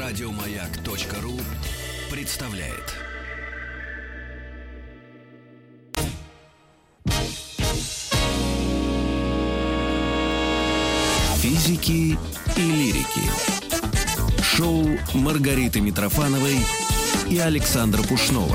Радиомаяк.ру представляет. Физики и лирики. Шоу Маргариты Митрофановой и Александра Пушнова.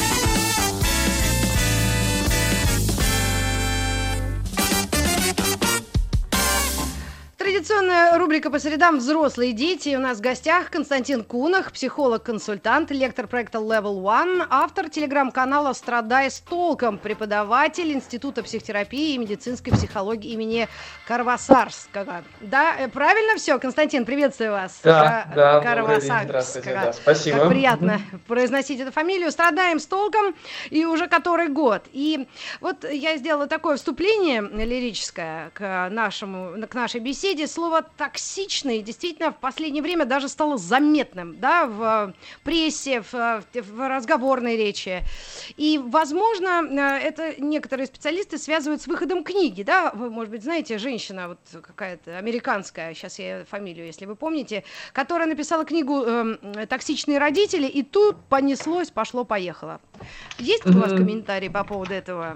Традиционная рубрика по средам «Взрослые дети». У нас в гостях Константин Кунах, психолог-консультант, лектор проекта Level One, автор телеграм-канала «Страдай с толком», преподаватель Института психотерапии и медицинской психологии имени Карвасарского. Да, правильно все, Константин, приветствую вас. Да, Карвасарского. Да, спасибо. Как приятно произносить эту фамилию. «Страдаем с толком» и уже который год. И вот я сделала такое вступление лирическое к нашей беседе. Слово «токсичный» действительно в последнее время даже стало заметным, да, в прессе, в разговорной речи. И, возможно, это некоторые специалисты связывают с выходом книги, да, вы, может быть, знаете, женщина, вот какая-то американская, сейчас я фамилию, если вы помните, которая написала книгу «Токсичные родители», и тут понеслось, пошло-поехало. Есть у вас комментарии по поводу этого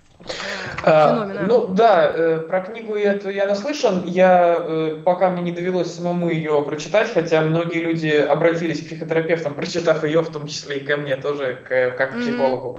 феномена? Про книгу эту я наслышан. Пока мне не довелось самому ее прочитать, хотя многие люди обратились к психотерапевтам, прочитав ее, в том числе и ко мне тоже, как к психологу.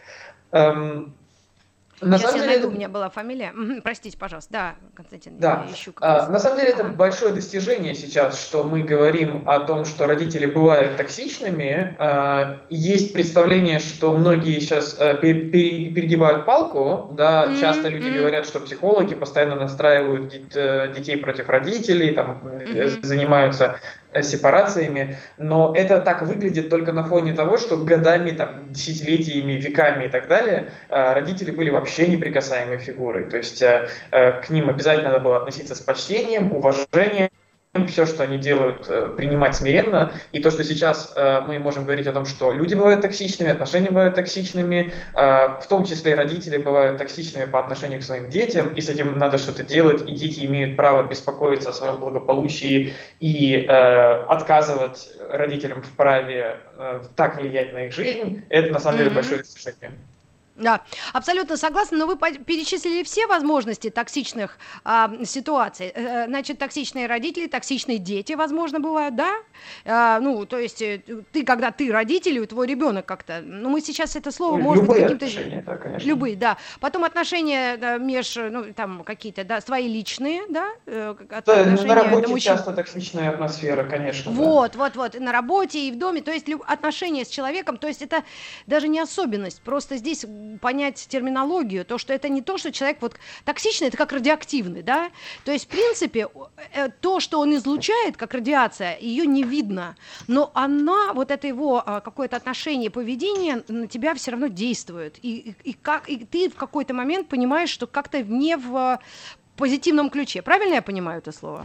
Сейчас я найду, у меня была фамилия. Простите, пожалуйста. Да, Константин, да. Я ищу. На самом деле это большое достижение сейчас, что мы говорим о том, что родители бывают токсичными. Есть представление, что многие сейчас перегибают палку. Да? Часто люди говорят, что психологи постоянно настраивают детей против родителей, занимаются сепарациями, но это так выглядит только на фоне того, что годами, десятилетиями, веками и так далее родители были вообще неприкасаемой фигурой. То есть к ним обязательно надо было относиться с почтением, уважением, все, что они делают, принимать смиренно. И то, что сейчас мы можем говорить о том, что люди бывают токсичными, отношения бывают токсичными, в том числе и родители бывают токсичными по отношению к своим детям, и с этим надо что-то делать, и дети имеют право беспокоиться о своем благополучии и отказывать родителям в праве так влиять на их жизнь, это на самом деле большое достижение. Да, абсолютно согласна, но вы перечислили все возможности токсичных ситуаций. Значит, токсичные родители, токсичные дети, возможно, бывают, да? То есть когда ты родитель, и твой ребенок как-то... мы сейчас это слово, может быть, каким-то... Отношения, да, конечно. Любые, да. Потом отношения какие-то, да, свои личные, да? На работе часто токсичная атмосфера, конечно. Вот, на работе и в доме, то есть отношения с человеком, то есть это даже не особенность, просто здесь понять терминологию, то, что это не то, что человек токсичный, это как радиоактивный, да, то есть, в принципе, то, что он излучает, как радиация, ее не видно, но это его какое-то отношение, поведение на тебя все равно действует, и ты в какой-то момент понимаешь, что как-то не в позитивном ключе, правильно я понимаю это слово?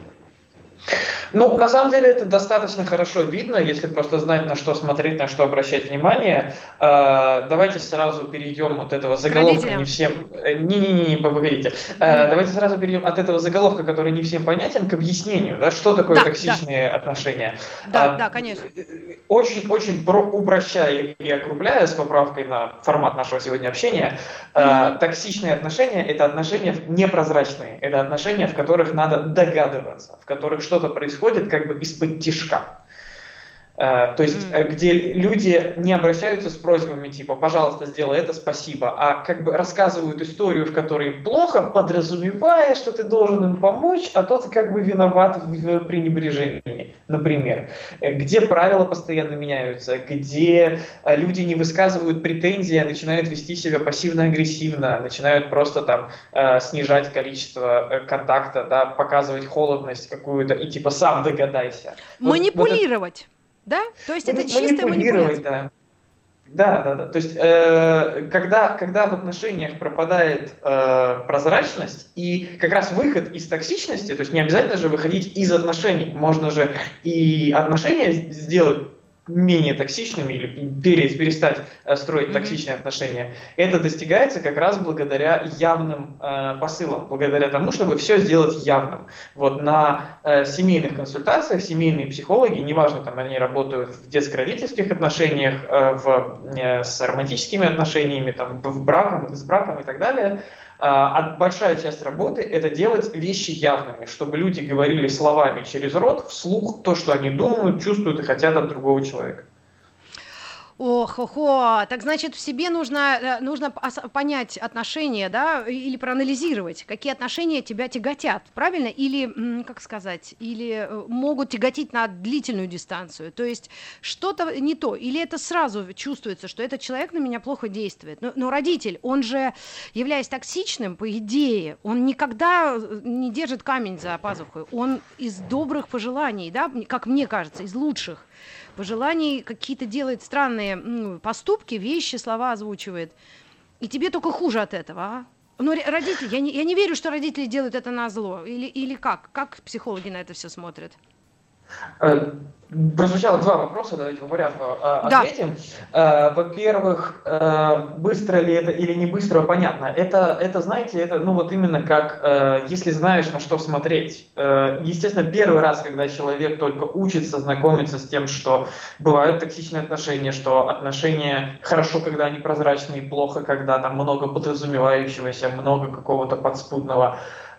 На самом деле это достаточно хорошо видно, если просто знать, на что смотреть, на что обращать внимание. Давайте сразу перейдем от этого заголовка не всем... Погодите. Давайте сразу перейдем от этого заголовка, который не всем понятен, к объяснению, да, что такое токсичные отношения. Да, конечно. Очень упрощая и округляя, с поправкой на формат нашего сегодня общения, токсичные отношения – это отношения непрозрачные, это отношения, в которых надо догадываться, в которых что-то происходит как бы из-под тишка. То есть, где люди не обращаются с просьбами типа «пожалуйста, сделай это, спасибо», а как бы рассказывают историю, в которой им плохо, подразумевая, что ты должен им помочь, а тот как бы виноват в пренебрежении, например. Где правила постоянно меняются, где люди не высказывают претензии, а начинают вести себя пассивно-агрессивно, начинают просто снижать количество контакта, да, показывать холодность какую-то и типа «сам догадайся». Манипулировать. Да? То есть это чистая манипуляция. Да. То есть, когда в отношениях пропадает прозрачность и как раз выход из токсичности, то есть не обязательно же выходить из отношений, можно же и отношения сделать менее токсичными или перестать строить токсичные отношения, это достигается как раз благодаря явным посылам, благодаря тому, чтобы все сделать явным. Вот на семейных консультациях семейные психологи, неважно, там они работают в детско-родительских отношениях, с романтическими отношениями, там, с браком и так далее, большая часть работы – это делать вещи явными, чтобы люди говорили словами через рот, вслух, то, что они думают, чувствуют и хотят от другого человека. Ох, так значит, в себе нужно понять отношения, да, или проанализировать, какие отношения тебя тяготят, правильно? Или, как сказать, или могут тяготить на длительную дистанцию. То есть что-то не то, или это сразу чувствуется, что этот человек на меня плохо действует. Но родитель, он же, являясь токсичным, по идее, он никогда не держит камень за пазухой. Он из добрых пожеланий, да, как мне кажется, из лучших пожеланий какие-то делает странные поступки, вещи, слова озвучивает. И тебе только хуже от этого, а? Но родители, я не верю, что родители делают это назло. Или как? Как психологи на это все смотрят? Прозвучало два вопроса, давайте по порядку ответим. Да. Во-первых, быстро ли это или не быстро, понятно. Это знаете, это вот именно как, если знаешь, на что смотреть. Естественно, первый раз, когда человек только учится знакомиться с тем, что бывают токсичные отношения, что отношения хорошо, когда они прозрачные, плохо, когда там много подразумевающегося, много какого-то подспудного,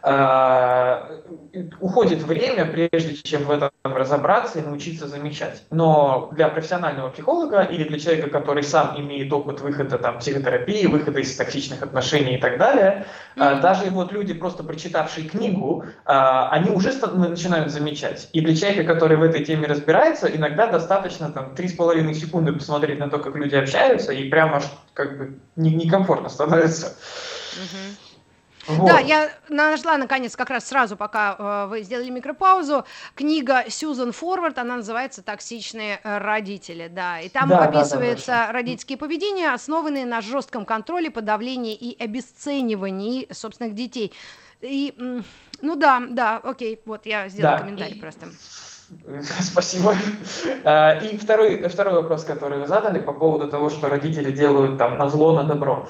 уходит время, прежде чем в этом разобраться и научиться замечать. Но для профессионального психолога или для человека, который сам имеет опыт выхода психотерапии, выхода из токсичных отношений и так далее, даже люди, просто прочитавшие книгу, они уже начинают замечать. И для человека, который в этой теме разбирается, иногда достаточно 3,5 секунды посмотреть на то, как люди общаются, и прямо некомфортно становится. Вот. Да, я нашла, наконец, как раз сразу, пока вы сделали микропаузу, книга Сьюзан Форвард, она называется «Токсичные родители», да, и там описывается родительские поведения, основанные на жестком контроле, подавлении и обесценивании собственных детей. И, окей, вот я сделала комментарий просто. Спасибо. И второй вопрос, который вы задали по поводу того, что родители делают на зло, на добро.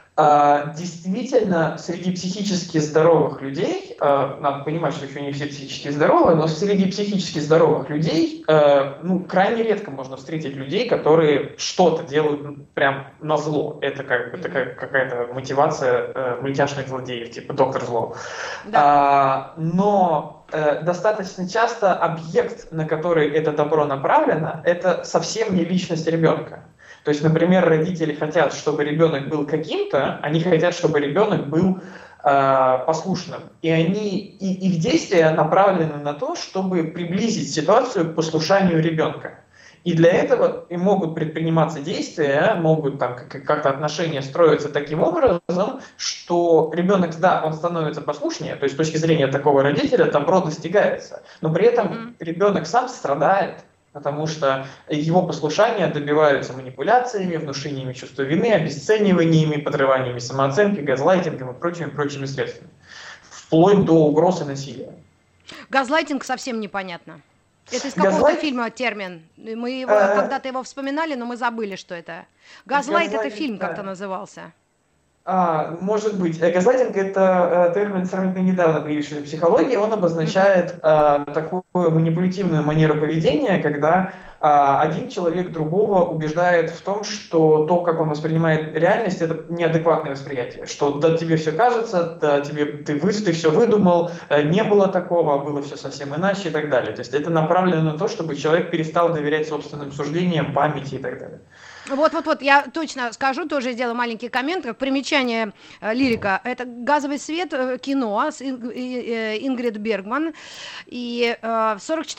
Действительно, среди психически здоровых людей, надо понимать, что еще не все психически здоровы, но среди психически здоровых людей крайне редко можно встретить людей, которые что-то делают прям на зло. Это какая-то мотивация мультяшных злодеев, типа доктор Зло. Да. Но достаточно часто объект, на который это добро направлено, это совсем не личность ребенка. То есть, например, родители хотят, чтобы ребенок был каким-то, они хотят, чтобы ребенок был послушным. И их действия направлены на то, чтобы приблизить ситуацию к послушанию ребенка. И для этого и могут предприниматься действия, могут как-то отношения строятся таким образом, что ребенок, он становится послушнее, то есть с точки зрения такого родителя добро достигается, но при этом ребенок сам страдает. Потому что его послушания добиваются манипуляциями, внушениями чувства вины, обесцениваниями, подрываниями самооценки, газлайтингом и прочими средствами. Вплоть до угроз и насилия. Газлайтинг совсем непонятно. Это из какого фильма термин? Мы когда-то его вспоминали, но мы забыли, что это. Газлайт это фильм как-то назывался. Может быть. Газлайтинг – это термин сравнительно недавно появившийся в психологии. Он обозначает такую манипулятивную манеру поведения, когда один человек другого убеждает в том, что то, как он воспринимает реальность, это неадекватное восприятие. Что да, тебе все кажется, да, ты все выдумал, не было такого, было все совсем иначе и так далее. То есть это направлено на то, чтобы человек перестал доверять собственным суждениям, памяти и так далее. Вот, я точно скажу, тоже сделаю маленький коммент, как примечание лирика. Это «Газовый свет» кино с Ингрид Бергман. И в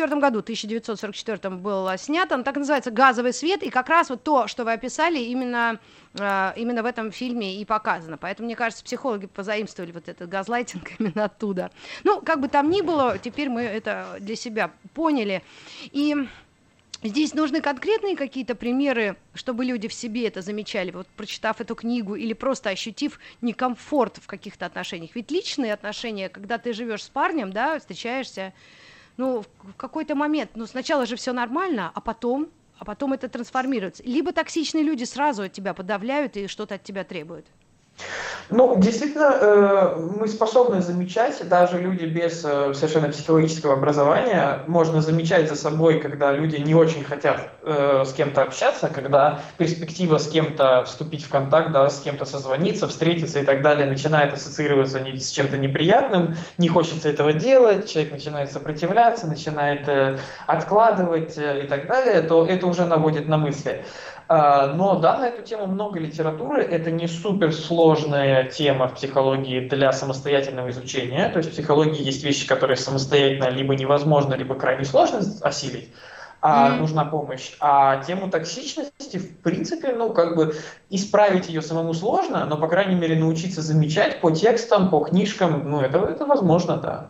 1944 был снят, он так называется «Газовый свет», и как раз вот то, что вы описали, именно в этом фильме и показано. Поэтому, мне кажется, психологи позаимствовали вот этот газлайтинг именно оттуда. Как бы там ни было, теперь мы это для себя поняли. И здесь нужны конкретные какие-то примеры, чтобы люди в себе это замечали, вот прочитав эту книгу или просто ощутив некомфорт в каких-то отношениях. Ведь личные отношения, когда ты живешь с парнем, да, встречаешься, в какой-то момент, сначала же все нормально, а потом а потом это трансформируется. Либо токсичные люди сразу от тебя подавляют и что-то от тебя требуют. Ну, действительно, мы способны замечать, даже люди без совершенно психологического образования, можно замечать за собой, когда люди не очень хотят с кем-то общаться, когда перспектива с кем-то вступить в контакт, да, с кем-то созвониться, встретиться и так далее начинает ассоциироваться с чем-то неприятным, не хочется этого делать, человек начинает сопротивляться, начинает откладывать и так далее, то это уже наводит на мысли. Но да, на эту тему много литературы, это не суперсложная тема в психологии для самостоятельного изучения, то есть в психологии есть вещи, которые самостоятельно либо невозможно, либо крайне сложно осилить, нужна помощь. А тему токсичности, в принципе, ну, как бы исправить ее самому сложно, но, по крайней мере, научиться замечать по текстам, по книжкам, ну, это возможно, да.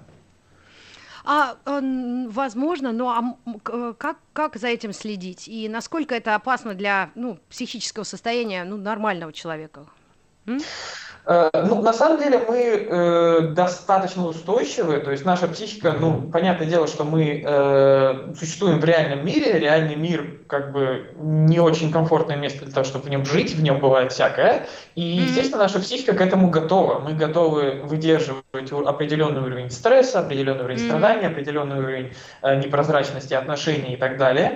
Возможно, но как за этим следить? И насколько это опасно для психического состояния нормального человека? Ну, на самом деле мы достаточно устойчивы, то есть наша психика, понятное дело, что мы существуем в реальном мире, реальный мир как бы не очень комфортное место для того, чтобы в нем жить, в нем бывает всякое, и, естественно, наша психика к этому готова, мы готовы выдерживать определенный уровень стресса, определенный уровень страданий, определенный уровень непрозрачности отношений и так далее,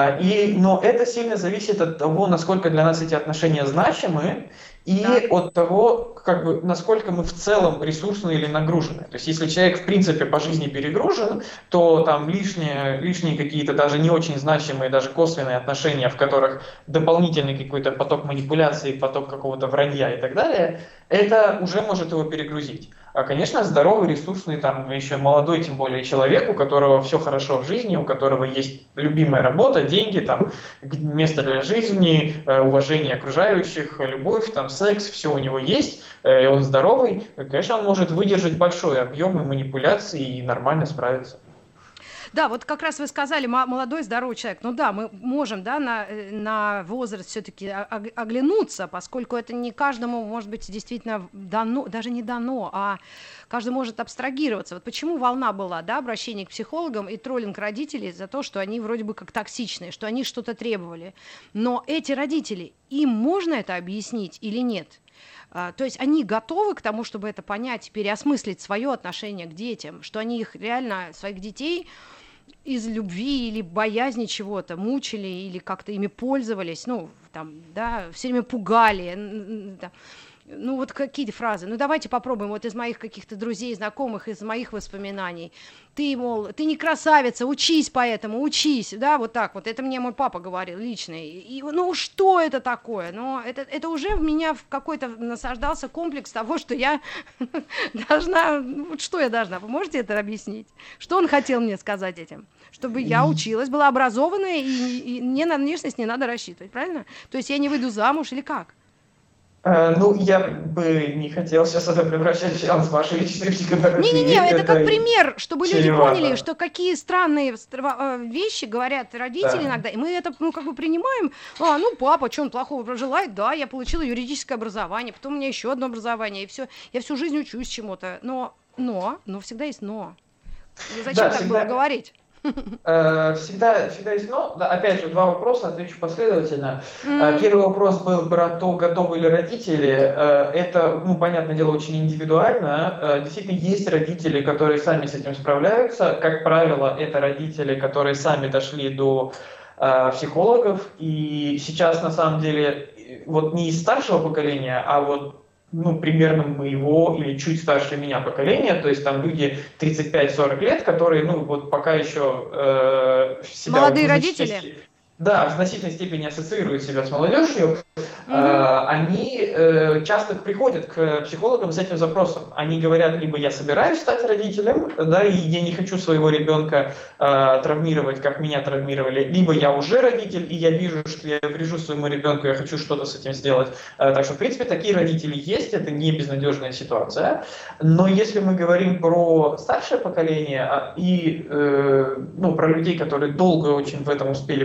но это сильно зависит от того, насколько для нас эти отношения значимы, и от того, как бы, насколько мы в целом ресурсны или нагружены. То есть, если человек, в принципе, по жизни перегружен, то там лишние какие-то даже не очень значимые, даже косвенные отношения, в которых дополнительный какой-то поток манипуляций, поток какого-то вранья и так далее, это уже может его перегрузить. А, конечно, здоровый, ресурсный, там, еще молодой, тем более человек, у которого все хорошо в жизни, у которого есть любимая работа, деньги, там, место для жизни, уважение окружающих, любовь, там, секс, все у него есть, и он здоровый, конечно, он может выдержать большой объем манипуляций и нормально справиться. Да, вот как раз вы сказали, молодой, здоровый человек. Ну да, мы можем, да, на возраст все-таки оглянуться, поскольку это не каждому, может быть, действительно дано, даже не дано, а каждый может абстрагироваться. Вот почему волна была, да, обращение к психологам и троллинг родителей за то, что они вроде бы как токсичные, что они что-то требовали. Но эти родители, им можно это объяснить или нет? То есть они готовы к тому, чтобы это понять, переосмыслить свое отношение к детям, что они их реально, своих детей из любви или боязни чего-то мучили или как-то ими пользовались, все время пугали, вот какие-то фразы. Давайте попробуем, вот из моих каких-то друзей, знакомых, из моих воспоминаний. Ты, мол, ты не красавица, учись поэтому, учись, да, вот так вот. Это мне мой папа говорил лично. И, что это такое? Это уже в меня в какой-то насаждался комплекс того, что я должна, что я должна? Вы можете это объяснить? Что он хотел мне сказать этим? Чтобы я училась, была образованная, и мне на внешность не надо рассчитывать, правильно? То есть я не выйду замуж или как? Я бы не хотел сейчас это превращать в сеанс вашей личной психотерапии. Не-не-не, это как пример, чтобы люди поняли, что какие странные вещи говорят родители иногда, и мы это, принимаем. Папа, что он плохого желает? Да, я получила юридическое образование, потом у меня еще одно образование, и все, я всю жизнь учусь чему-то. Но всегда есть но. И зачем так было говорить? Всегда есть но. Да, опять же, два вопроса, отвечу последовательно. Первый вопрос был про то, готовы ли родители. Это, понятное дело, очень индивидуально. Действительно, есть родители, которые сами с этим справляются. Как правило, это родители, которые сами дошли до психологов. И сейчас, на самом деле, вот не из старшего поколения, а вот примерно моего или чуть старше меня поколения, то есть там люди 35-40 лет, которые, пока еще себя... Молодые родители? Да, в значительной степени ассоциируют себя с молодежью, они часто приходят к психологам с этим запросом. Они говорят, либо я собираюсь стать родителем, да, и я не хочу своего ребенка травмировать, как меня травмировали, либо я уже родитель, и я вижу, что я врежу своему ребенку, я хочу что-то с этим сделать. Так что, в принципе, такие родители есть, это не безнадежная ситуация. Но если мы говорим про старшее поколение и про людей, которые долго очень в этом успели повариться,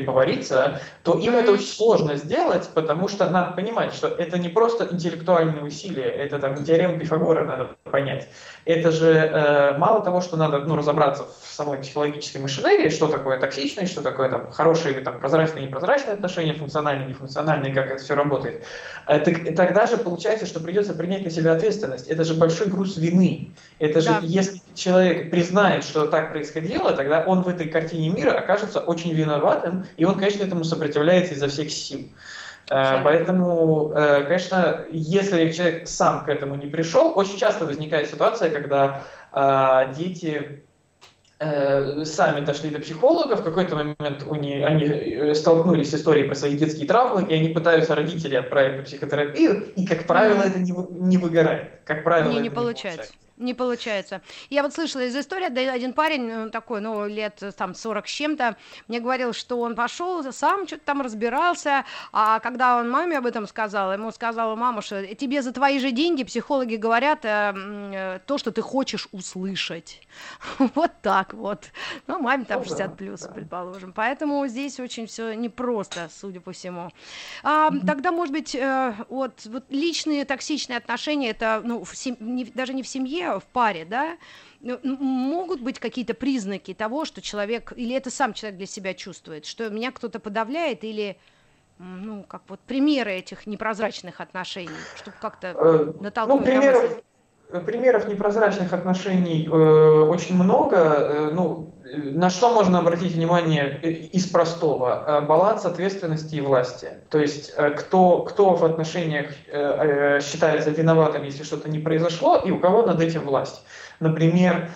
находиться, то им это очень сложно сделать, потому что надо понимать, что это не просто интеллектуальные усилия, это там теорему Пифагора надо понять. Это же мало того, что надо разобраться в самой психологической машинерии, что такое токсичность, что такое там хорошие или там прозрачные, непрозрачные отношения, функциональные, нефункциональные, как это все работает. Тогда же получается, что придется принять на себя ответственность. Это же большой груз вины. Это же, если человек признает, что так происходило, тогда он в этой картине мира окажется очень виноватым, и он, конечно, этому сопротивляется изо всех сил. Поэтому, конечно, если человек сам к этому не пришел, очень часто возникает ситуация, когда дети сами дошли до психолога, в какой-то момент они столкнулись с историей про свои детские травмы, и они пытаются родителей отправить на психотерапию, и, как правило, это не выгорает. Как правило, не получается. Не получается. Я вот слышала из истории, один парень такой, лет там 40 с чем-то, мне говорил, что он пошел, сам что-то там разбирался, а когда он маме об этом сказал, ему сказала мама, что тебе за твои же деньги психологи говорят то, что ты хочешь услышать. Вот так вот. Маме там 60 плюс, предположим. Поэтому здесь очень все непросто, судя по всему. Тогда, может быть, вот личные токсичные отношения, это даже не в семье, в паре, да, могут быть какие-то признаки того, что человек, или это сам человек для себя чувствует, что меня кто-то подавляет, или, как вот примеры этих непрозрачных отношений, чтобы как-то натолкнуть на мысль. Примеров непрозрачных отношений очень много. На что можно обратить внимание из простого? Баланс ответственности и власти. То есть кто в отношениях считается виноватым, если что-то не произошло, и у кого над этим власть. Например,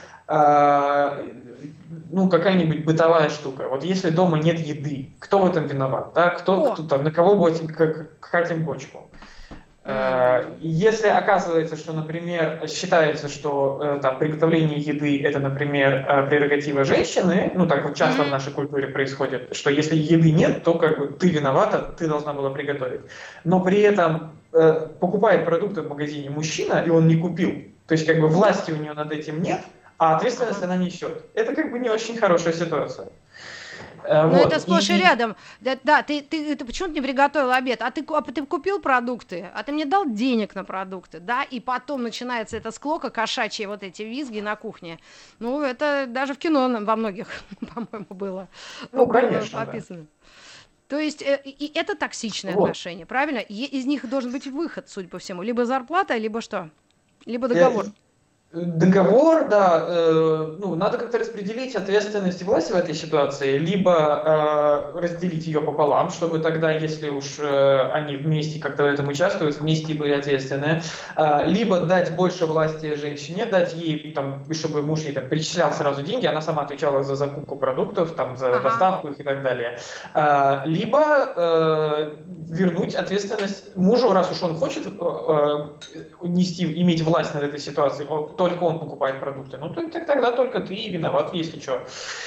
какая-нибудь бытовая штука. Вот если дома нет еды, кто в этом виноват? Да? Кто там, на кого будет катим бочку? Если оказывается, что, например, считается, что приготовление еды – это, например, прерогатива женщины, так вот часто в нашей культуре происходит, что если еды нет, то ты виновата, ты должна была приготовить. Но при этом покупает продукты в магазине мужчина, и он не купил. То есть власти у нее над этим нет, а ответственность она несет. Это не очень хорошая ситуация. Это сплошь и рядом. Да, ты почему ты не приготовил обед? А ты купил продукты, а ты мне дал денег на продукты, да? И потом начинается эта склока кошачья, вот эти визги на кухне. Это даже в кино во многих, по-моему, было. Конечно, описано. Да. То есть и это токсичные отношения, правильно? Из них должен быть выход, судя по всему. Либо зарплата, либо что? Либо договор. Договор, да, надо как-то распределить ответственность и власть в этой ситуации, либо разделить ее пополам, чтобы тогда, если уж они вместе как-то в этом участвуют, вместе были ответственны, либо дать больше власти женщине, дать ей, чтобы муж ей перечислял сразу деньги, она сама отвечала за закупку продуктов, за доставку их и так далее, либо вернуть ответственность мужу, раз уж он хочет иметь власть над этой ситуацией, только он покупает продукты. Тогда только ты виноват, если что.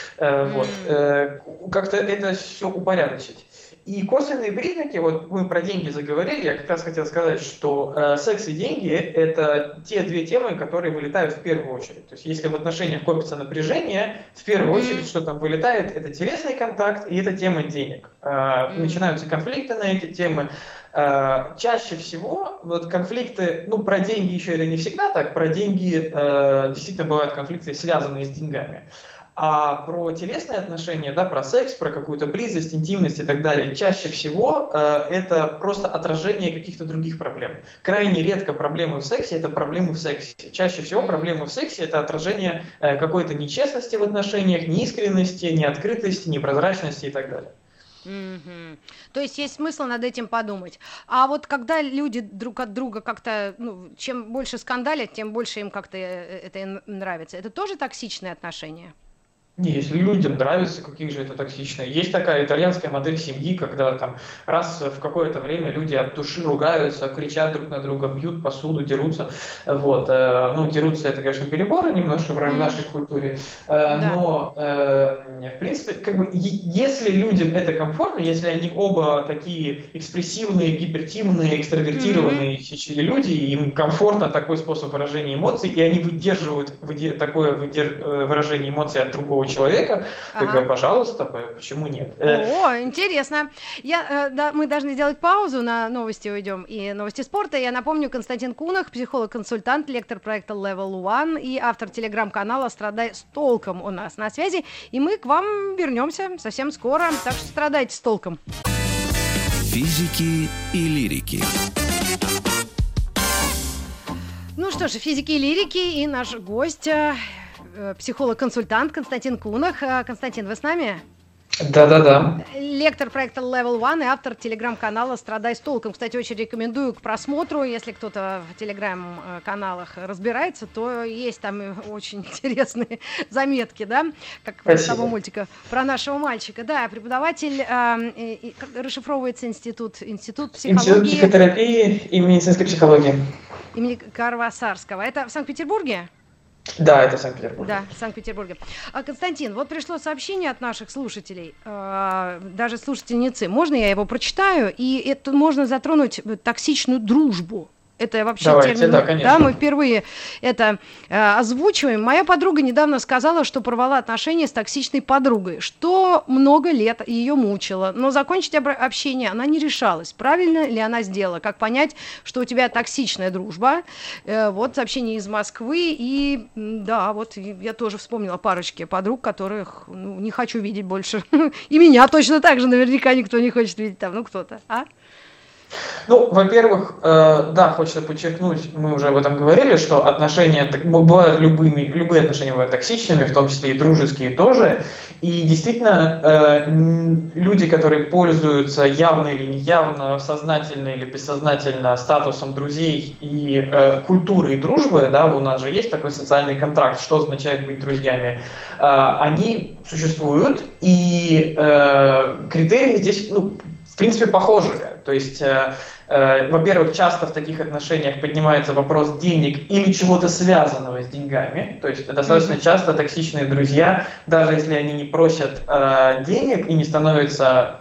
Как-то это все упорядочить. И косвенные признаки, мы про деньги заговорили, я как раз хотел сказать, что секс и деньги – это те две темы, которые вылетают в первую очередь. То есть если в отношениях копится напряжение, в первую очередь, что там вылетает, это телесный контакт и это тема денег. Начинаются конфликты на эти темы. Чаще всего конфликты, про деньги еще это не всегда так, про деньги действительно бывают конфликты, связанные с деньгами. А про телесные отношения, про секс, про какую-то близость, интимность и так далее, чаще всего это просто отражение каких-то других проблем. Крайне редко проблемы в сексе – это проблемы в сексе. Чаще всего проблемы в сексе – это отражение какой-то нечестности в отношениях, неискренности, неоткрытости, непрозрачности и так далее. Mm-hmm. То есть есть смысл над этим подумать. А вот когда люди друг от друга как-то, чем больше скандалят, тем больше им как-то это нравится. Это тоже токсичные отношения? Не, если людям нравится, какие же это токсичные. Есть такая итальянская модель семьи, когда раз в какое-то время люди от души ругаются, кричат друг на друга, бьют посуду, дерутся. Дерутся это, конечно, переборы немножко в нашей культуре. Но, в принципе, если людям это комфортно, если они оба такие экспрессивные, гипертимные, экстравертированные люди, им комфортно такой способ выражения эмоций, и они выдерживают такое выражение эмоций от другого другого человека, тогда, пожалуйста, почему нет? О, интересно. Мы должны сделать паузу, на новости уйдем и новости спорта. Я напомню, Константин Кунах, психолог-консультант, лектор проекта Level One и автор телеграм-канала «Страдай с толком» у нас на связи. И мы к вам вернемся совсем скоро, так что страдайте с толком. Физики и лирики. Ну что ж, физики и лирики, и наш гость, психолог-консультант Константин Кунах. Константин, вы с нами? Да. Лектор проекта Level One и автор телеграм-канала «Страдай с толком». Кстати, очень рекомендую к просмотру. Если кто-то в телеграм-каналах разбирается, то есть там очень интересные заметки, да, как из того мультика про нашего мальчика. Да, преподаватель, расшифровывается институт психологии. Институт психотерапии и медицинской психологии. Имени Карвасарского. Это в Санкт-Петербурге? Да, это Санкт-Петербург. Да, в Санкт-Петербурге. Константин, вот пришло сообщение от наших слушателей, даже слушательницы. Можно я его прочитаю? И это можно затронуть токсичную дружбу. Это вообще термин, да, мы впервые это озвучиваем. Моя подруга недавно сказала, что порвала отношения с токсичной подругой, что много лет ее мучило, но закончить общение она не решалась. Правильно ли она сделала? Как понять, что у тебя токсичная дружба? Вот сообщение из Москвы, и да, вот я тоже вспомнила парочки подруг, которых не хочу видеть больше. И меня точно так же наверняка никто не хочет видеть там, кто-то, Ну, во-первых, да, хочется подчеркнуть, мы уже об этом говорили, что отношения бывают любые отношения бывают токсичными, в том числе и дружеские тоже. И действительно, люди, которые пользуются явно или неявно, сознательно или бессознательно статусом друзей и культурой дружбы, да, у нас же есть такой социальный контракт, что означает быть друзьями, они существуют, и критерии здесь, в принципе, похожие. То есть, во-первых, часто в таких отношениях поднимается вопрос денег или чего-то связанного с деньгами. То есть достаточно часто токсичные друзья, даже если они не просят денег и не становятся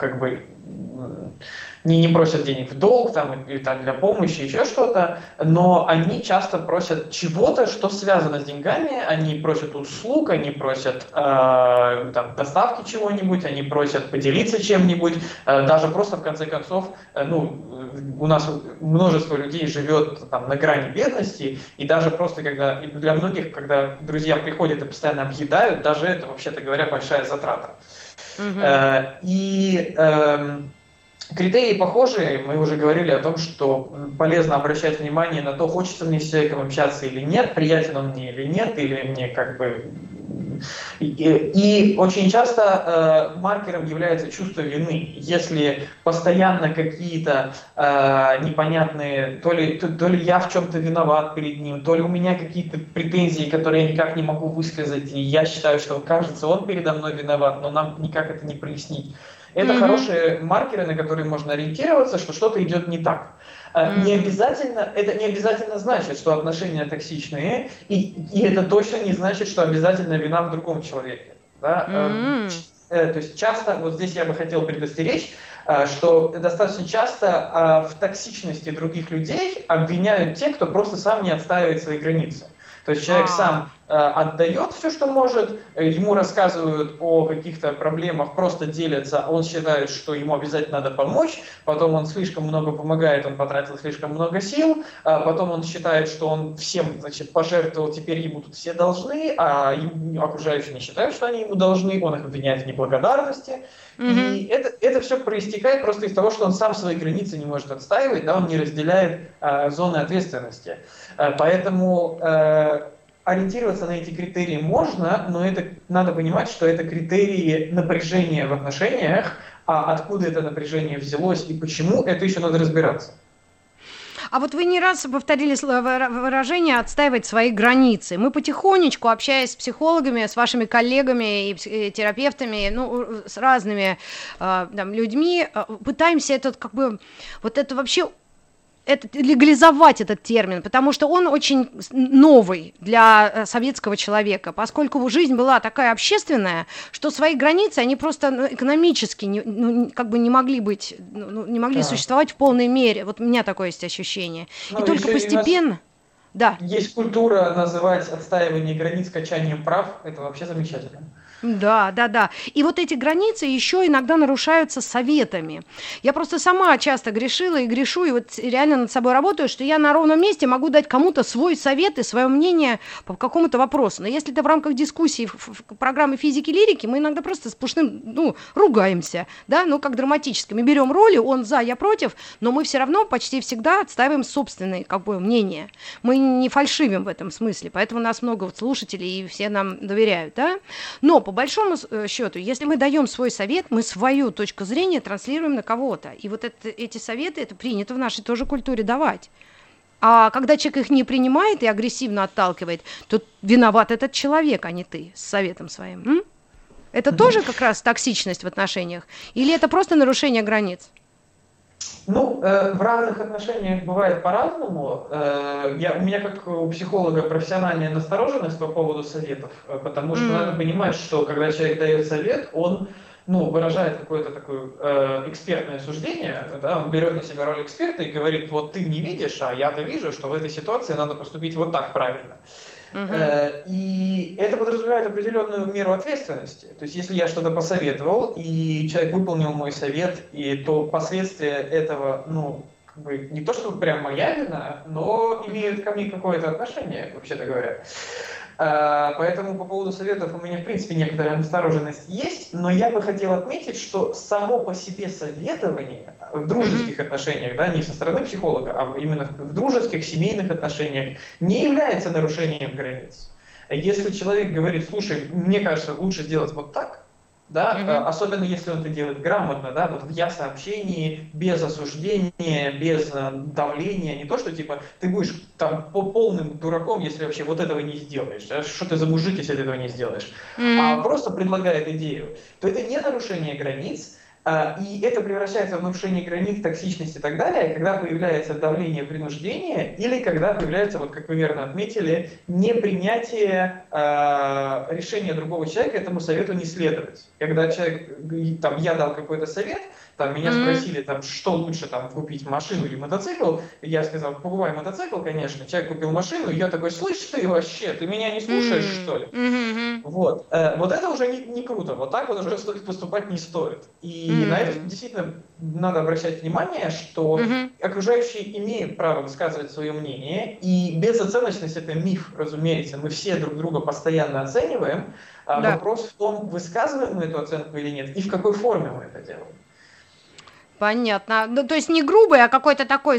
не просят денег в долг или для помощи, еще что-то, но они часто просят чего-то, что связано с деньгами, они просят услуг, они просят доставки чего-нибудь, они просят поделиться чем-нибудь, даже просто, в конце концов, у нас множество людей живет на грани бедности, и даже просто для многих, когда друзья приходят и постоянно объедают, даже это, вообще-то говоря, большая затрата. Критерии похожие, мы уже говорили о том, что полезно обращать внимание на то, хочется мне с человеком общаться или нет, приятен он мне или нет, или мне И очень часто маркером является чувство вины. Если постоянно какие-то непонятные, то ли я в чем-то виноват перед ним, то ли у меня какие-то претензии, которые я никак не могу высказать, и я считаю, что, кажется, он передо мной виноват, но нам никак это не прояснить. Это хорошие маркеры, на которые можно ориентироваться, что что-то идет не так. Это не обязательно значит, что отношения токсичные, и это точно не значит, что обязательно вина в другом человеке. Да? То есть часто, вот здесь я бы хотел предостеречь, что достаточно часто в токсичности других людей обвиняют те, кто просто сам не отстаивает свои границы. То есть человек сам отдает все, что может, ему рассказывают о каких-то проблемах, просто делятся, он считает, что ему обязательно надо помочь, потом он слишком много помогает, он потратил слишком много сил, потом он считает, что он всем, пожертвовал, теперь ему тут все должны, а окружающие не считают, что они ему должны, он их обвиняет в неблагодарности. И это все проистекает просто из того, что он сам свои границы не может отстаивать, да, он не разделяет зоны ответственности. Поэтому ориентироваться на эти критерии можно, но это надо понимать, что это критерии напряжения в отношениях, а откуда это напряжение взялось и почему, это еще надо разбираться. А вот вы не раз повторили выражение «отстаивать свои границы». Мы потихонечку, общаясь с психологами, с вашими коллегами и терапевтами, с разными людьми, пытаемся легализовать этот термин, потому что он очень новый для советского человека, поскольку жизнь была такая общественная, что свои границы, они просто экономически не могли быть, не могли существовать в полной мере. Вот у меня такое есть ощущение. И только постепенно... Да. Есть культура называть отстаивание границ качанием прав. Это вообще замечательно. Да, да, да. И вот эти границы еще иногда нарушаются советами. Я просто сама часто грешила и грешу, и вот реально над собой работаю, что я на ровном месте могу дать кому-то свой совет и свое мнение по какому-то вопросу. Но если это в рамках дискуссии в программе физики лирики, мы иногда просто с Пушным, ругаемся, да, как драматически. Мы берем роли, он за, я против, но мы все равно почти всегда отстаиваем собственное, мнение. Мы не фальшивим в этом смысле, поэтому у нас много слушателей, и все нам доверяют, да. Но по большому счету, если мы даем свой совет, мы свою точку зрения транслируем на кого-то. И вот эти советы, это принято в нашей тоже культуре давать. А когда человек их не принимает и агрессивно отталкивает, то виноват этот человек, а не ты с советом своим. Это тоже как раз токсичность в отношениях? Или это просто нарушение границ? В разных отношениях бывает по-разному. У меня, как у психолога, профессиональная настороженность по поводу советов, потому что надо понимать, что когда человек дает совет, он выражает какое-то такое экспертное суждение, да, он берет на себя роль эксперта и говорит, вот ты не видишь, а я-то вижу, что в этой ситуации надо поступить вот так правильно. И это подразумевает определенную меру ответственности. То есть, если я что-то посоветовал, и человек выполнил мой совет, то последствия этого, не то чтобы прям моя вина, но имеют ко мне какое-то отношение, вообще-то говоря. Поэтому по поводу советов у меня, в принципе, некоторая настороженность есть, но я бы хотел отметить, что само по себе советование в дружеских отношениях, да, не со стороны психолога, а именно в дружеских, семейных отношениях, не является нарушением границ. Если человек говорит, слушай, мне кажется, лучше сделать вот так, да, особенно если он это делает грамотно, да, вот в ясном общении, без осуждения, без давления, не то, что типа ты будешь там полным дураком, если вообще вот этого не сделаешь, да? Что ты за мужик, если ты этого не сделаешь, а просто предлагает идею, то это не нарушение границ, и это превращается в нарушение границ, токсичность и так далее, когда появляется давление, принуждение, или когда появляется, вот как вы верно отметили, непринятие решения другого человека, этому совету не следовать. Когда человек, я дал какой-то совет, меня спросили, что лучше, купить машину или мотоцикл, я сказал, покупай мотоцикл, конечно, человек купил машину, и я такой, слышь ты вообще, ты меня не слушаешь, что ли? Вот это уже не круто, вот так вот уже поступать не стоит. И на это действительно надо обращать внимание, что окружающие имеют право высказывать свое мнение, и безоценочность — это миф, разумеется, мы все друг друга постоянно оцениваем, вопрос в том, высказываем мы эту оценку или нет, и в какой форме мы это делаем. Понятно. То есть не грубый, а какой-то такой,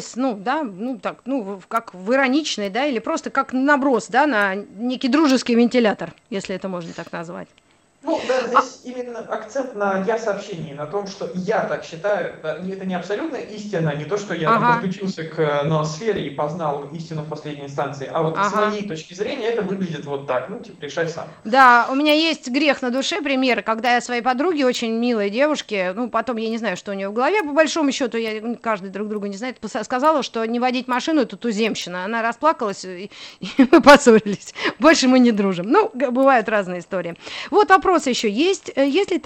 как в ироничной, да, или просто как наброс, да, на некий дружеский вентилятор, если это можно так назвать. Здесь именно акцент на я-сообщении, на том, что я так считаю, это не абсолютная истина, не то, что я подключился к ноосфере и познал истину в последней инстанции, а вот с моей точки зрения это выглядит вот так, решай сам. Да, у меня есть грех на душе пример, когда я своей подруге, очень милой девушке, потом я не знаю, что у нее в голове, по большому счету, каждый друг друга не знает, сказала, что не водить машину — это туземщина. Она расплакалась, и мы поссорились. Больше мы не дружим. Бывают разные истории. Вот вопрос еще. Если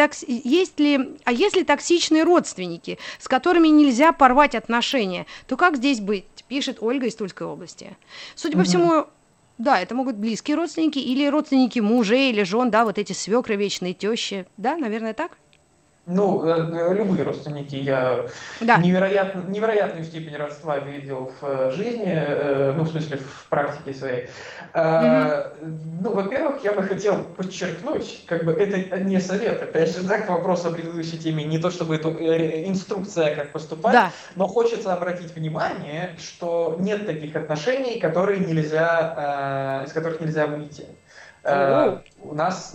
токсичные родственники, с которыми нельзя порвать отношения, то как здесь быть? Пишет Ольга из Тульской области. Судя по всему, да, это могут близкие родственники или родственники мужей или жен, да, вот эти свекры, вечные тещи. Да, наверное, так? Любые родственники. Я невероятную степень родства видел в жизни, в смысле, в практике своей. Во-первых, я бы хотел подчеркнуть, это не совет, опять же, к вопросу о предыдущей теме, не то чтобы это инструкция, как поступать, но хочется обратить внимание, что нет таких отношений, из которых нельзя выйти. У нас,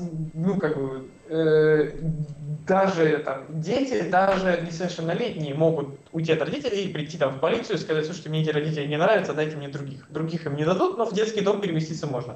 даже дети, даже несовершеннолетние могут уйти от родителей, прийти в полицию и сказать, слушайте, мне эти родители не нравятся, дайте мне других. Других им не дадут, но в детский дом переместиться можно.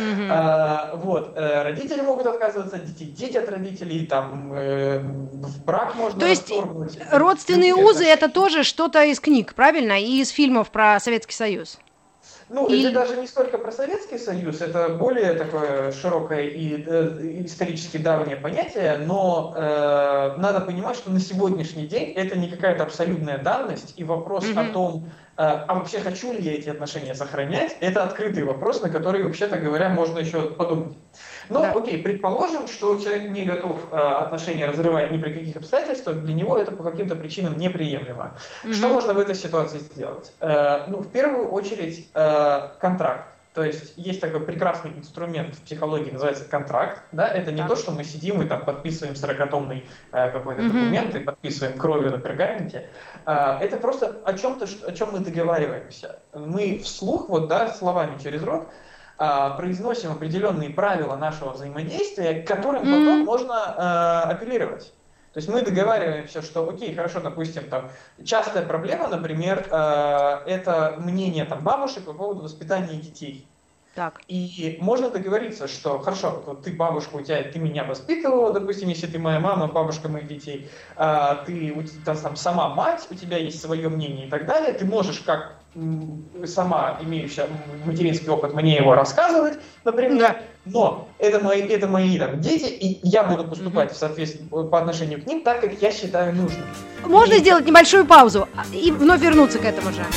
Родители могут отказываться от детей, дети от родителей, в брак можно. То есть родственные узы — это тоже что-то из книг, правильно? И из фильмов про Советский Союз. Это даже не столько про Советский Союз, это более такое широкое и исторически давнее понятие, но надо понимать, что на сегодняшний день это не какая-то абсолютная данность, и вопрос о том, А вообще хочу ли я эти отношения сохранять, это открытый вопрос, на который, вообще-то говоря, можно еще подумать. Ну, окей, предположим, что человек не готов отношения разрывать ни при каких обстоятельствах, для него это по каким-то причинам неприемлемо. Что можно в этой ситуации сделать? Ну, в первую очередь, контракт. То есть такой прекрасный инструмент в психологии, называется контракт. Да? Это не то, что мы сидим и там подписываем 40-томный какой-то документ и подписываем кровью на пергаменте. Это просто о чем мы договариваемся. Мы вслух, словами через рот, произносим определенные правила нашего взаимодействия, к которым потом можно апеллировать. То есть мы договариваемся, что окей, хорошо, допустим, там частая проблема, например, это мнение там бабушек по поводу воспитания детей. Так. И можно договориться, что хорошо, вот ты бабушка, ты меня воспитывала, допустим, если ты моя мама, бабушка моих детей, ты там сама мать, у тебя есть свое мнение и так далее, ты можешь как сама имеющая материнский опыт мне его рассказывать, например, но это мои там, дети, и я буду поступать в соответствии по отношению к ним так, как я считаю нужным. Можно сделать небольшую паузу и вновь вернуться к этому же.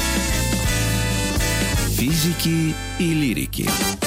Физики и лирики.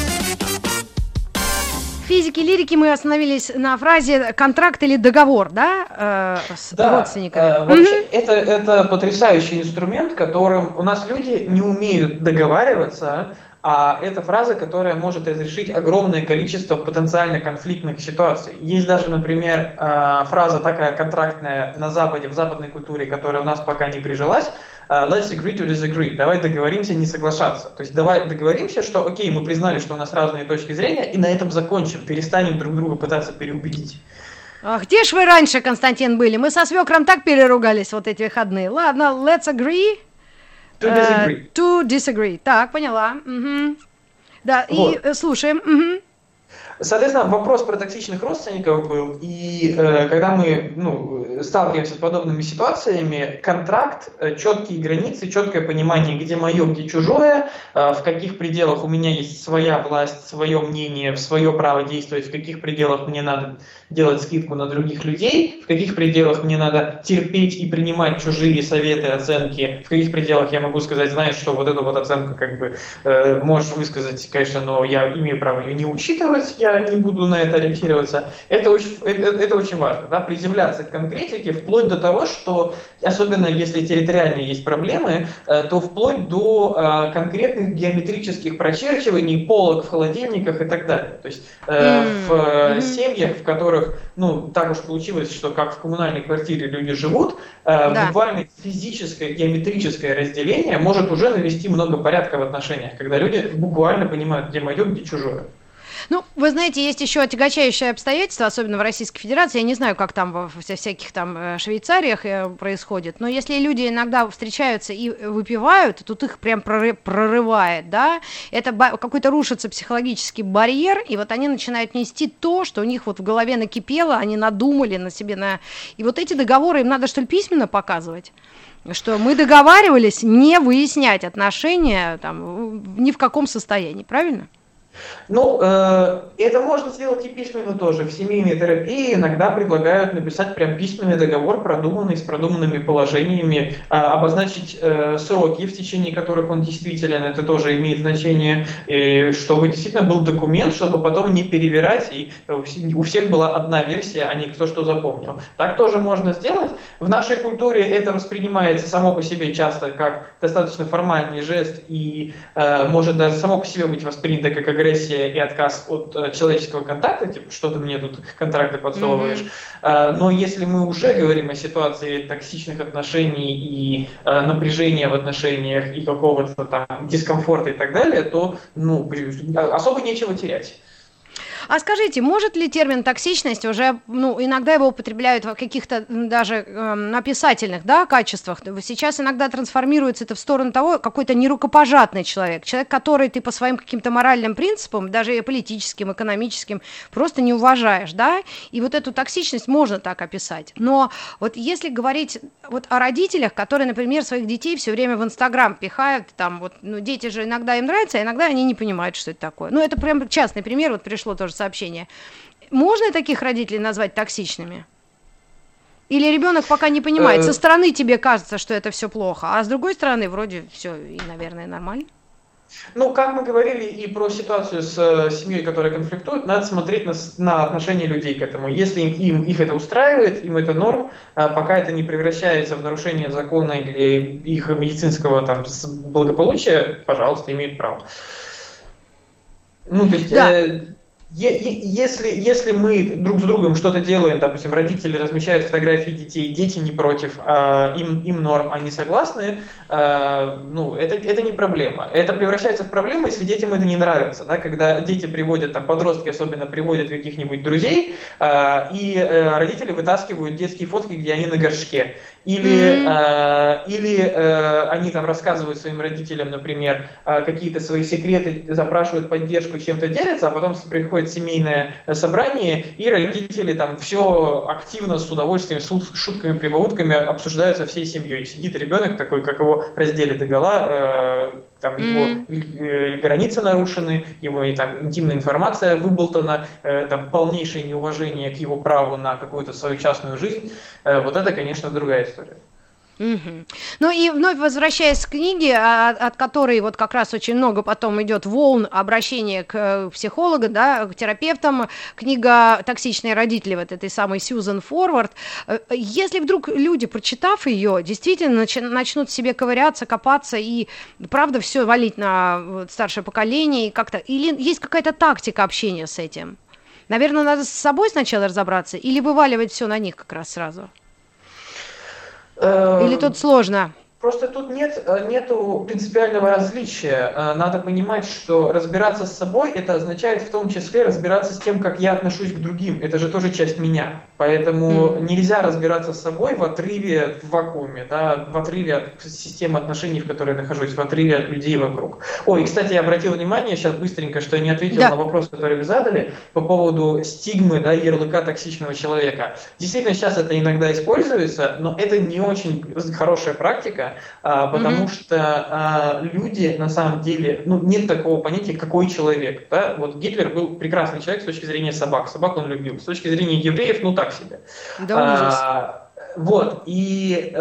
Физики и лирики мы остановились на фразе контракт или договор, да, с родственниками. Вообще, это потрясающий инструмент, которым у нас люди не умеют договариваться, а это фраза, которая может разрешить огромное количество потенциально конфликтных ситуаций. Есть даже, например, фраза такая контрактная на Западе, в западной культуре, которая у нас пока не прижилась. Let's agree to disagree. Давай договоримся не соглашаться. То есть давай договоримся, что окей, мы признали, что у нас разные точки зрения, и на этом закончим. Перестанем друг друга пытаться переубедить. А где ж вы раньше, Константин, были? Мы со свекром так переругались вот эти выходные. Ладно, let's agree to disagree. To disagree. Так, поняла. Угу. Да, вот. И слушаем. Угу. Соответственно, вопрос про токсичных родственников был, и когда мы сталкиваемся с подобными ситуациями, контракт, четкие границы, четкое понимание, где мое, где чужое, в каких пределах у меня есть своя власть, свое мнение, свое право действовать, в каких пределах мне надо делать скидку на других людей, в каких пределах мне надо терпеть и принимать чужие советы, оценки, в каких пределах я могу сказать, знаешь, что вот эту вот оценку как бы можешь высказать, конечно, но я имею право ее не учитывать, я не буду на это ориентироваться. Это очень важно, да, приземляться к конкретике, вплоть до того, что, особенно если территориально есть проблемы, то вплоть до конкретных геометрических прочерчиваний, полок в холодильниках и так далее. То есть в семьях, в которых, так уж получилось, что как в коммунальной квартире люди живут, буквально физическое, геометрическое разделение может уже навести много порядка в отношениях, когда люди буквально понимают, где мое, где чужое. Вы знаете, есть еще отягощающие обстоятельства, особенно в Российской Федерации. Я не знаю, как там во всяких там Швейцариях происходит, но если люди иногда встречаются и выпивают, тут их прям прорывает, да, это какой-то рушится психологический барьер, и вот они начинают нести то, что у них вот в голове накипело, они надумали на себе, и вот эти договоры им надо, что ли, письменно показывать? Что мы договаривались не выяснять отношения там, ни в каком состоянии, правильно? Это можно сделать и письменно тоже. В семейной терапии иногда предлагают написать прям письменный договор, продуманный, с продуманными положениями, обозначить сроки, в течение которых он действителен, это тоже имеет значение, чтобы действительно был документ, чтобы потом не перевирать, и у всех была одна версия, а не кто что запомнил. Так тоже можно сделать. В нашей культуре это воспринимается само по себе часто как достаточно формальный жест и может даже само по себе быть воспринято как агрессия и отказ от человеческого контакта, типа, что ты мне тут контракты подсовываешь. Но если мы уже говорим о ситуации токсичных отношений и напряжения в отношениях и какого-то там дискомфорта и так далее, то особо нечего терять. А скажите, может ли термин токсичность уже, иногда его употребляют в каких-то даже описательных, да, качествах, сейчас иногда трансформируется это в сторону того, какой-то нерукопожатный человек, который ты по своим каким-то моральным принципам, даже политическим, экономическим, просто не уважаешь, да, и вот эту токсичность можно так описать. Но вот если говорить вот о родителях, которые, например, своих детей все время в Инстаграм пихают, там вот, дети же иногда им нравится, а иногда они не понимают, что это такое. Это прям частный пример, вот пришло тоже сообщение. Можно таких родителей назвать токсичными? Или ребенок пока не понимает, со стороны тебе кажется, что это все плохо, а с другой стороны вроде все и, наверное, нормально? Ну, как мы говорили и про ситуацию с семьей, которая конфликтует, надо смотреть на отношение людей к этому. Если их это устраивает, им это норм, пока это не превращается в нарушение закона или их медицинского там благополучия, пожалуйста, имеют право. Ну, то есть, если мы друг с другом что-то делаем, допустим, родители размещают фотографии детей, дети не против, им норм, они согласны, ну, это не проблема. Это превращается в проблему, если детям это не нравится, да, когда дети приводят, там, подростки особенно приводят каких-нибудь друзей, и родители вытаскивают детские фотки, где они на горшке. Или они там рассказывают своим родителям, например, какие-то свои секреты, запрашивают поддержку, чем-то делятся, а потом приходит семейное собрание, и родители там все активно, с удовольствием, с шутками, прибаутками обсуждают со всей семьей. Сидит ребенок такой, как его раздели догола, там его границы нарушены, его там интимная информация выболтана, там полнейшее неуважение к его праву на какую-то свою частную жизнь. Вот это, конечно, другая история. Угу. Ну и вновь возвращаясь к книге, от которой вот как раз очень много потом идет волн обращения к психологу, да, к терапевтам, книга «Токсичные родители» вот этой самой Сьюзан Форвард. Если вдруг люди, прочитав ее, действительно начнут себе ковыряться, копаться и правда все валить на старшее поколение, и как-то, или есть какая-то тактика общения с этим? Наверное, надо с собой сначала разобраться или вываливать все на них как раз сразу? Или тут сложно? Просто тут нету принципиального различия. Надо понимать, что разбираться с собой, это означает в том числе разбираться с тем, как я отношусь к другим. Это же тоже часть меня. Поэтому нельзя разбираться с собой в отрыве, в вакууме, да, в отрыве от системы отношений, в которой я нахожусь, в отрыве от людей вокруг. Ой, кстати, я обратил внимание сейчас быстренько, что я не ответил на вопрос, который вы задали по поводу стигмы, да, ярлыка токсичного человека. Действительно, сейчас это иногда используется, но это не очень хорошая практика. Потому что люди, на самом деле, ну, нет такого понятия, какой человек. Да? Вот Гитлер был прекрасный человек с точки зрения собак. Собак он любил. С точки зрения евреев, ну, так себе. Да, ужас. Вот. И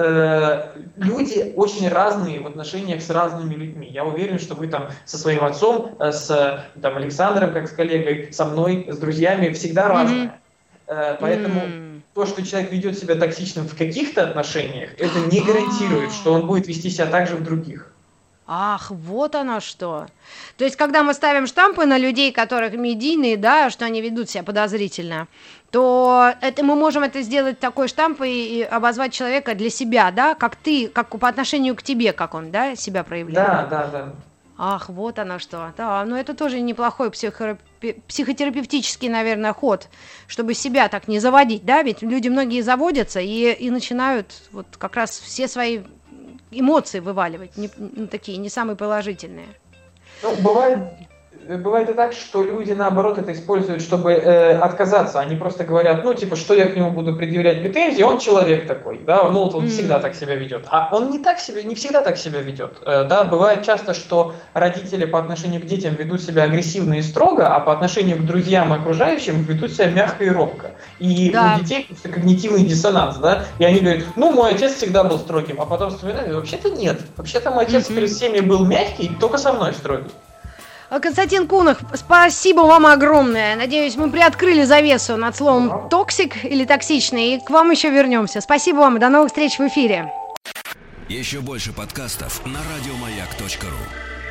люди очень разные в отношениях с разными людьми. Я уверен, что вы там со своим отцом, с там, Александром, как с коллегой, со мной, с друзьями всегда разные. Поэтому то, что человек ведет себя токсичным в каких-то отношениях, это не гарантирует, что он будет вести себя так же в других. Ах, вот оно что. То есть, когда мы ставим штампы на людей, которых медийные, да, что они ведут себя подозрительно, то это мы можем это сделать такой штамп и обозвать человека для себя, да, как ты, как по отношению к тебе, как он, да, себя проявляет. Да. Ах, вот оно что. Да, ну это тоже неплохой психотерапевтический, наверное, ход, чтобы себя так не заводить, да, ведь люди многие заводятся и начинают вот как раз все свои эмоции вываливать, такие не самые положительные. Ну, бывает и так, что люди, наоборот, это используют, чтобы отказаться. Они просто говорят, ну, типа, что я к нему буду предъявлять претензии, он человек такой, да, ну, вот он всегда так себя ведет. А он не всегда так себя ведет. Да, бывает часто, что родители по отношению к детям ведут себя агрессивно и строго, а по отношению к друзьям и окружающим ведут себя мягко и робко. И у детей когнитивный диссонанс, да, и они говорят, ну, мой отец всегда был строгим, а потом вспоминают, вообще-то нет. Вообще-то мой отец перед всеми был мягкий, только со мной строгий. Константин Кунах, спасибо вам огромное. Надеюсь, мы приоткрыли завесу над словом «токсик» или «токсичный», и к вам еще вернемся. Спасибо вам, и до новых встреч в эфире. Еще больше подкастов на радиомаяк.ру.